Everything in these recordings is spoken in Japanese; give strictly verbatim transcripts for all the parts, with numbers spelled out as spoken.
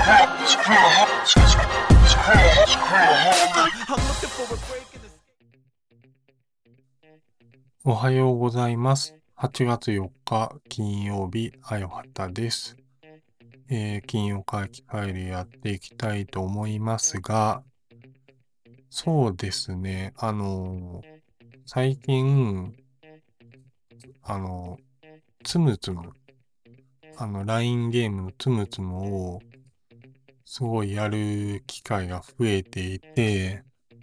おはようございます。はちがつよっか金曜日、あよはたです。えー、金曜会期会でやっていきたいと思いますが、そうですね、あのー最近、あのーつむつむ、あの、ライン ゲームのつむつむを、すごいやる機会が増えていて、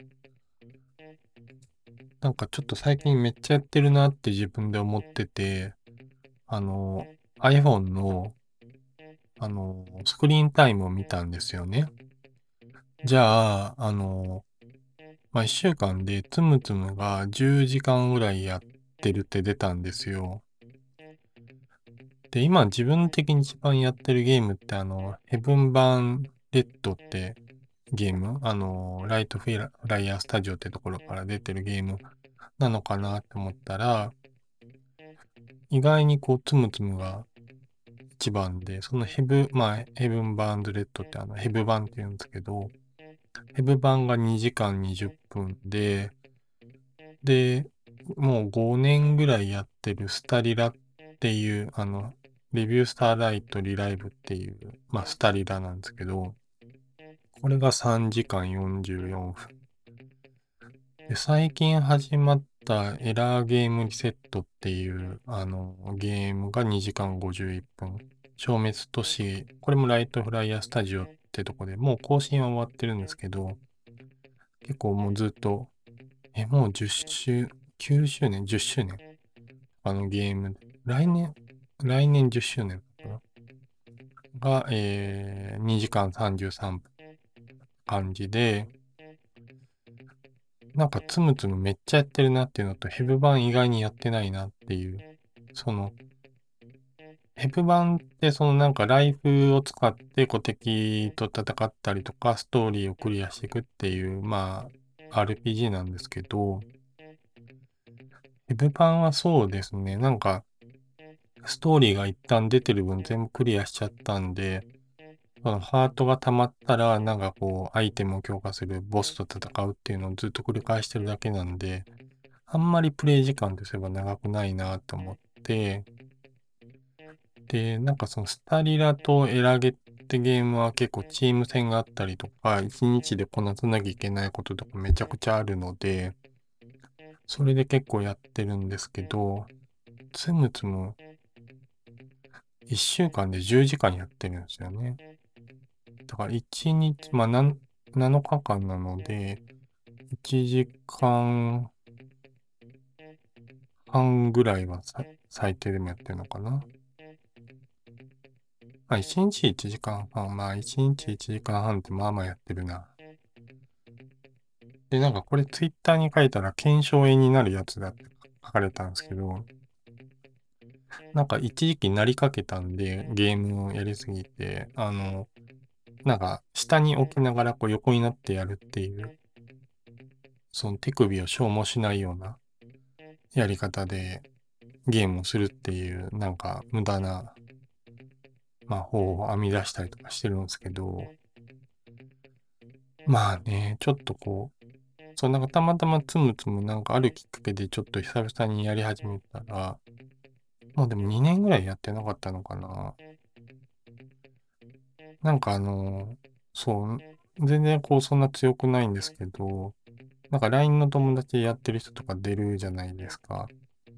なんかちょっと最近めっちゃやってるなって自分で思ってて、あのー iPhone のあの、スクリーンタイムを見たんですよね。じゃあ、あの、まあ、いっしゅうかんでつむつむがじゅうじかんぐらいやってるって出たんですよ。で、今自分的に一番やってるゲームってあの、ヘブンバーンレッドってゲーム、あの、ライトフィライヤースタジオってところから出てるゲームなのかなって思ったら、意外にこう、つむつむが一番で、そのヘブ、まあ、ヘブンバーンズレッドってあの、ヘブ版って言うんですけど、ヘブ版がにじかんにじゅっぷんで、で、もうごねんぐらいやってるスタリラっていう、あの、レビュースターライトリライブっていう、まあ、スタリラなんですけど、これがさんじかんよんじゅうよんぷん。で、最近始まったエラーゲームリセットっていう、あの、ゲームがにじかんごじゅういっぷん。消滅都市、これもライトフライヤースタジオってとこで、もう更新は終わってるんですけど、結構もうずっと、え、もうじゅっ周、きゅうしゅうねん、じゅっしゅうねん。あのゲーム、来年、来年じゅっしゅうねんかなが、えー、にじかんさんじゅうさんぷん感じで、なんかつむつむめっちゃやってるなっていうのと、ヘブ版意外にやってないなっていう、その、ヘブ版ってそのなんかライフを使ってこう敵と戦ったりとか、ストーリーをクリアしていくっていう、まあ、アールピージー なんですけど、ヘブ版はそうですね、なんか、ストーリーが一旦出てる分全部クリアしちゃったんで、そのハートが溜まったら、なんかこう、アイテムを強化するボスと戦うっていうのをずっと繰り返してるだけなんで、あんまりプレイ時間とすれば長くないなと思って、で、なんかそのスタリラとエラゲってゲームは結構チーム戦があったりとか、一日でこなさなきゃいけないこととかめちゃくちゃあるので、それで結構やってるんですけど、つむつむいっしゅうかんでじゅうじかんやってるんですよね。だからいちにち、まあ、なん、なのかかんなので、いちじかんはんぐらいはさ最低でもやってるのかな。まあ、いちにちいちじかんはん、まあ、いちにちいちじかんはんってまあまあやってるな。で、なんかこれツイッターに書いたら検証絵になるやつだって書かれたんですけど、なんか一時期なりかけたんで、ゲームをやりすぎて、あの、なんか下に置きながらこう横になってやるっていう、その手首を消耗しないようなやり方でゲームをするっていう、なんか無駄な、まあ、方法を編み出したりとかしてるんですけど、まあね、ちょっとこう、そう、なんかたまたまつむつむなんかあるきっかけでちょっと久々にやり始めたら、もうでもにねんぐらいやってなかったのかな。なんかあの、そう、全然こうそんな強くないんですけど、なんか ライン の友達でやってる人とか出るじゃないですか。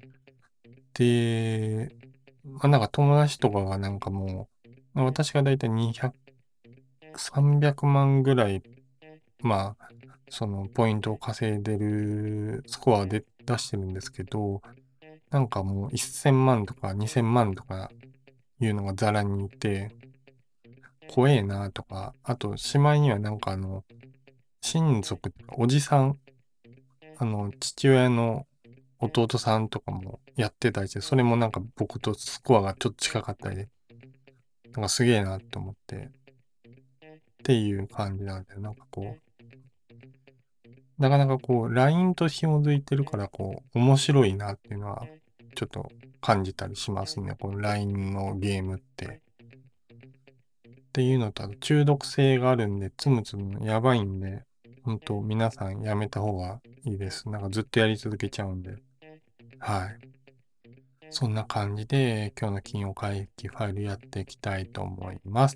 で、まあ、なんか友達とかがなんかもう、まあ私がだいたいにひゃく、さんびゃくまんぐらい、まあ、そのポイントを稼いでるスコアで出してるんですけど、なんかもうせんまんとかにせんまんとかいうのがザラにいて、怖えなとか、あと、しまいにはなんかあの、親族とか、おじさん、あの、父親の弟さんとかもやってたりして、それもなんか僕とスコアがちょっと近かったりで、なんかすげえなと思って、っていう感じなんで、なんかこう、なかなかこう、ライン と紐づいてるから、こう、面白いなっていうのは、ちょっと感じたりしますね。この ライン のゲームって。 っていうのと、あと中毒性があるんで、つむつむやばいんで、本当皆さんやめた方がいいです。なんかずっとやり続けちゃうんで。はい。そんな感じで、今日の金曜会議ファイルやっていきたいと思います。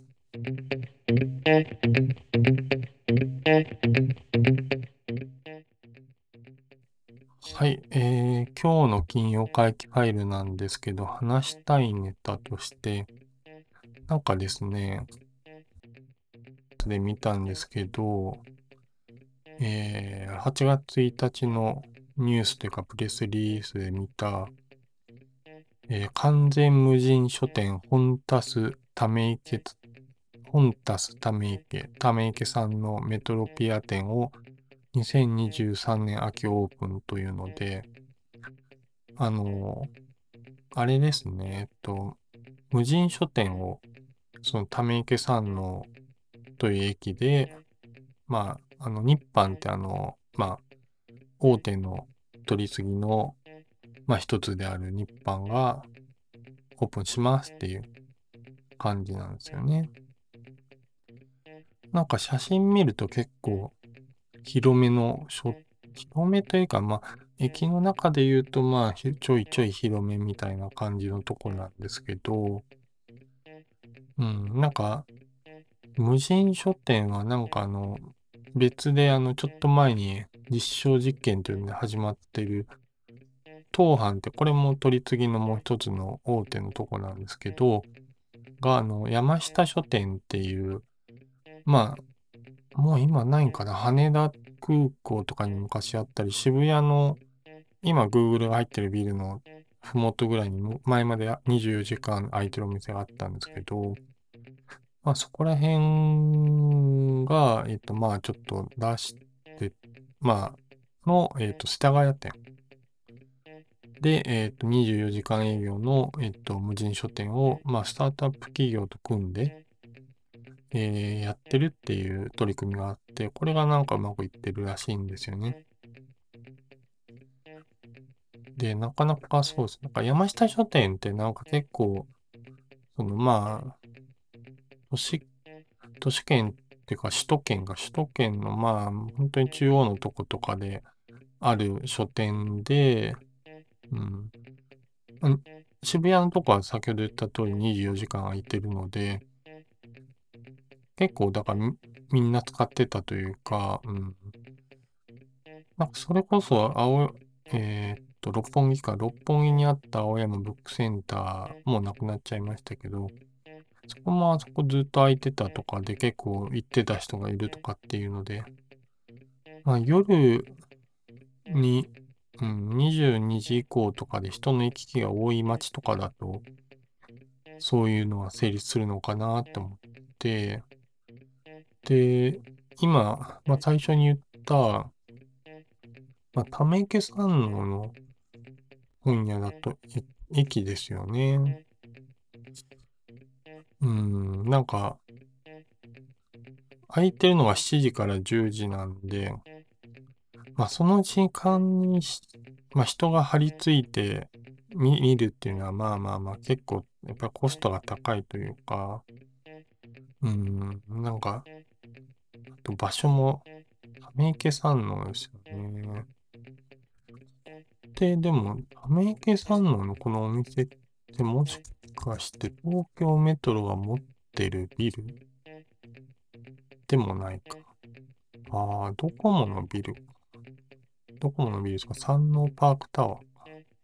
はい、えー、今日の金曜会議ファイルなんですけど、話したいネタとして、なんかですね、で見たんですけど、えー、はちがつついたちのニュースというかプレスリリースで見た、えー完全無人書店本タスため池、本タスため池、ため池さんのメトロピア店をにせんにじゅうさんねん秋オープンというので、あのあれですね、えっと、無人書店を、そのため池山王という駅で、まあ、あの、日販ってあの、まあ、大手の取り次ぎの、まあ、一つである日販がオープンしますっていう感じなんですよね。なんか写真見ると結構広めの書、広めというか、まあ、駅の中で言うと、まあ、ひちょいちょい広めみたいな感じのとこなんですけど、うん、なんか、無人書店はなんかあの、別であの、ちょっと前に実証実験というので始まってる、東販ってこれも取り次ぎのもう一つの大手のとこなんですけど、があの、山下書店っていう、まあ、もう今ないんかな、羽田空港とかに昔あったり、渋谷の、今 Google が入ってるビルのふもとぐらいに前までにじゅうよじかん空いてるお店があったんですけど、まあそこら辺が、えっとまあちょっと出して、まあの、えっと、世田谷店で、えっとにじゅうよじかん営業の、えっと、無人書店を、まあスタートアップ企業と組んで、えーやってるっていう取り組みがあって、これがなんかうまくいってるらしいんですよね。で、なかなかそうです。なんか山下書店ってなんか結構、そのまあ、都市、都市圏っていうか首都圏が首都圏のまあ、本当に中央のとことかである書店で、うん、うん渋谷のとこは先ほど言った通りにじゅうよじかん空いてるので、結構だからみみんな使ってたというか、うん、なんかそれこそ青、えーっと、六本木か、六本木にあった青山ブックセンター、もうなくなっちゃいましたけど、そこもあそこずっと空いてたとかで結構行ってた人がいるとかっていうので、まあ、夜に、うん、にじゅうにじ以降とかで人の行き来が多い街とかだと、そういうのは成立するのかなって思って、で、今、まあ、最初に言った、まあ、ため池山王の本屋だと、え駅ですよね。うん、なんか、空いてるのがしちじからじゅうじなんで、まあ、その時間にし、まあ、人が張り付いて見見るっていうのは、まあまあまあ、結構、やっぱコストが高いというか、うん、なんか、あと場所も、ため池山王ですよね。で、でも、ため池山王のこのお店ってもしかして東京メトロが持ってるビルでもないか。ああ、ドコモのビル。ドコモのビルですか？山王パークタワー。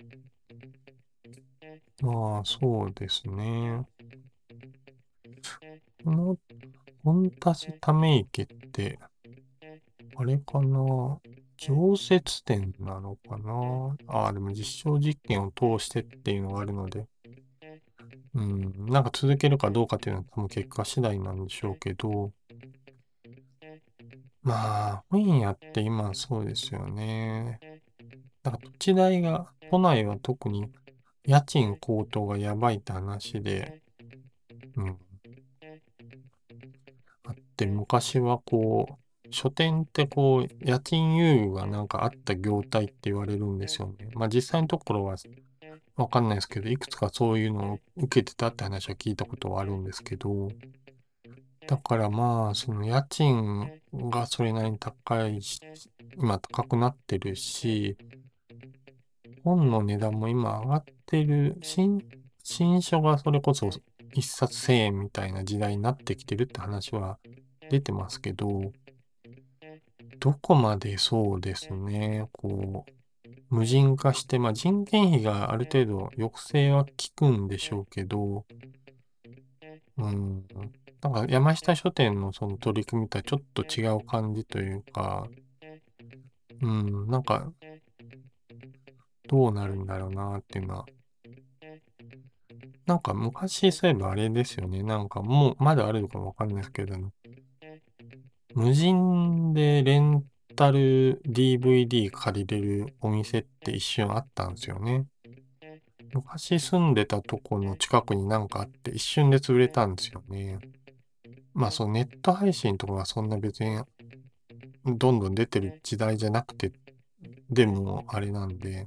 まあ、そうですね。この、フォンタスため池って、あれかな、常設店なのかな。ああ、でも実証実験を通してっていうのがあるので、うん、なんか続けるかどうかっていうのは多分結果次第なんでしょうけど、まあ、本屋って今そうですよね。なんか土地代が、都内は特に家賃高騰がやばいって話で、うん、あって昔はこう、書店ってこう、家賃優遇がなんかあった業態って言われるんですよね。まあ実際のところはわかんないですけど、いくつかそういうのを受けてたって話は聞いたことはあるんですけど、 だからまあ、その家賃がそれなりに高いし、今高くなってるし、本の値段も今上がってる、新、新書がそれこそ一冊千円みたいな時代になってきてるって話は出てますけど、どこまでそうですね、こう、無人化して、まあ人件費がある程度抑制は効くんでしょうけど、うん、なんか山下書店のその取り組みとはちょっと違う感じというか、うん、なんかどうなるんだろうなっていうのは、なんか昔そういえばあれですよね、なんかもうまだあるのかもわかんないですけど、無人でレンタル ディーブイディー 借りれるお店って一瞬あったんですよね。昔住んでたとこの近くになんかあって一瞬で潰れたんですよね。まあそのネット配信とかがそんな別にどんどん出てる時代じゃなくて、でもあれなんで、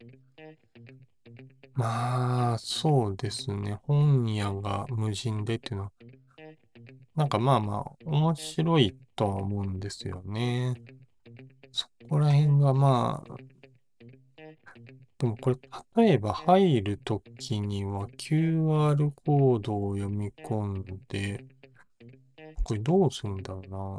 まあそうですね、本屋が無人でっていうのは、なんかまあまあ面白いとは思うんですよね。そこら辺がまあ、でもこれ例えば入るときには キューアール コードを読み込んで、これどうするんだろうな。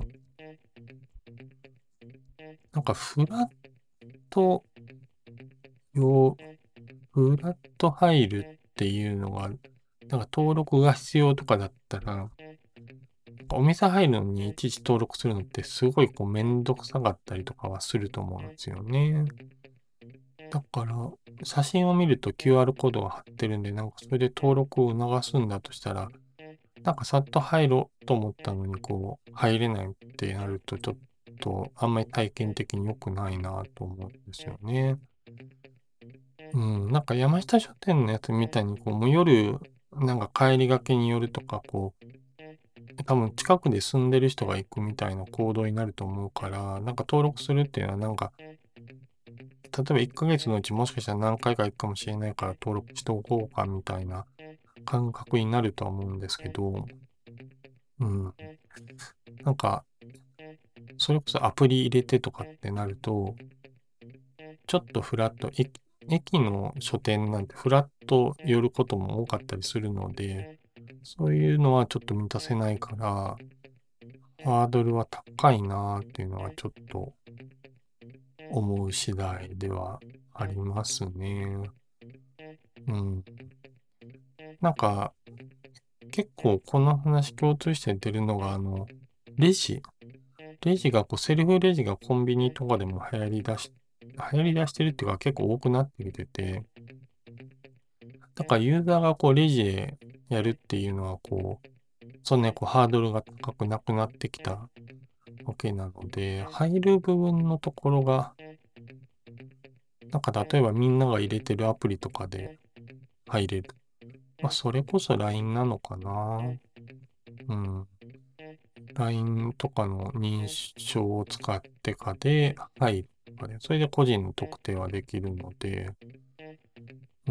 なんかフラット用、フラット入るっていうのが、なんか登録が必要とかだったら、お店入るのにいちいち登録するのってすごいこうめんどくさかったりとかはすると思うんですよね。だから、写真を見ると キューアール コードが貼ってるんで、なんかそれで登録を促すんだとしたら、なんかさっと入ろうと思ったのに、こう、入れないってなると、ちょっとあんまり体験的に良くないなと思うんですよね。うん、なんか山下書店のやつみたいに、こう、もう夜、なんか帰りがけによるとか、こう、多分近くで住んでる人が行くみたいな行動になると思うから、なんか登録するっていうのは、なんか、例えばいっかげつのうちもしかしたら何回か行くかもしれないから登録しておこうかみたいな感覚になるとは思うんですけど、うん。なんか、それこそアプリ入れてとかってなると、ちょっとフラット、駅駅の書店なんてフラット寄ることも多かったりするので、そういうのはちょっと満たせないから、ハードルは高いなーっていうのはちょっと思う次第ではありますね。うん。なんか、結構この話共通して出るのが、あの、レジ。レジがこう、セルフレジがコンビニとかでも流行り出し、流行り出してるっていうか結構多くなってきてて、だからユーザーがこう、レジでやるっていうのはこう、そんなにこう、ハードルが高くなくなってきたわけなので、入る部分のところが、なんか例えばみんなが入れてるアプリとかで入れる。まあ、それこそ ライン なのかな。うん。ライン とかの認証を使ってかで、入るとかで、それで個人の特定はできるので、うん。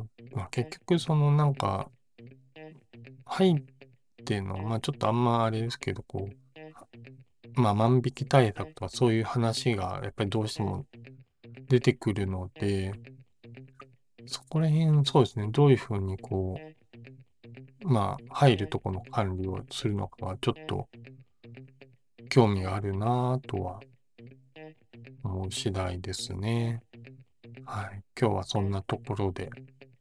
まあ、結局、そのなんか、入っての、まあちょっとあんまあれですけど、こう、まあ万引き対策とかそういう話がやっぱりどうしても出てくるので、そこら辺、そうですね、どういうふうにこう、まあ入るとこの管理をするのかはちょっと興味があるなぁとは思う次第ですね。はい。今日はそんなところで。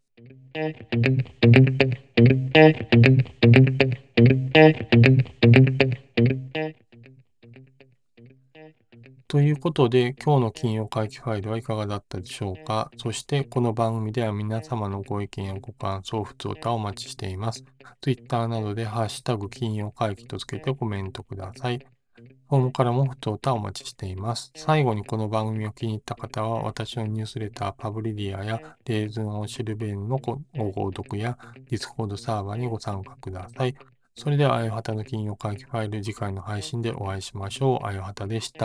ということで、今日の金曜会期ファイルはいかがだったでしょうか。そしてこの番組では皆様のご意見やご感想、ふつおたをお待ちしています。Twitter などでハッシュタグ金曜会期とつけてコメントください。フォームからもふつおたお待ちしています。最後にこの番組を気に入った方は、私のニュースレターパブリディアやレーズンをシルベールのご購読や Discord サーバーにご参加ください。それでは、あよはたの金曜会期ファイル次回の配信でお会いしましょう。あよはたでした。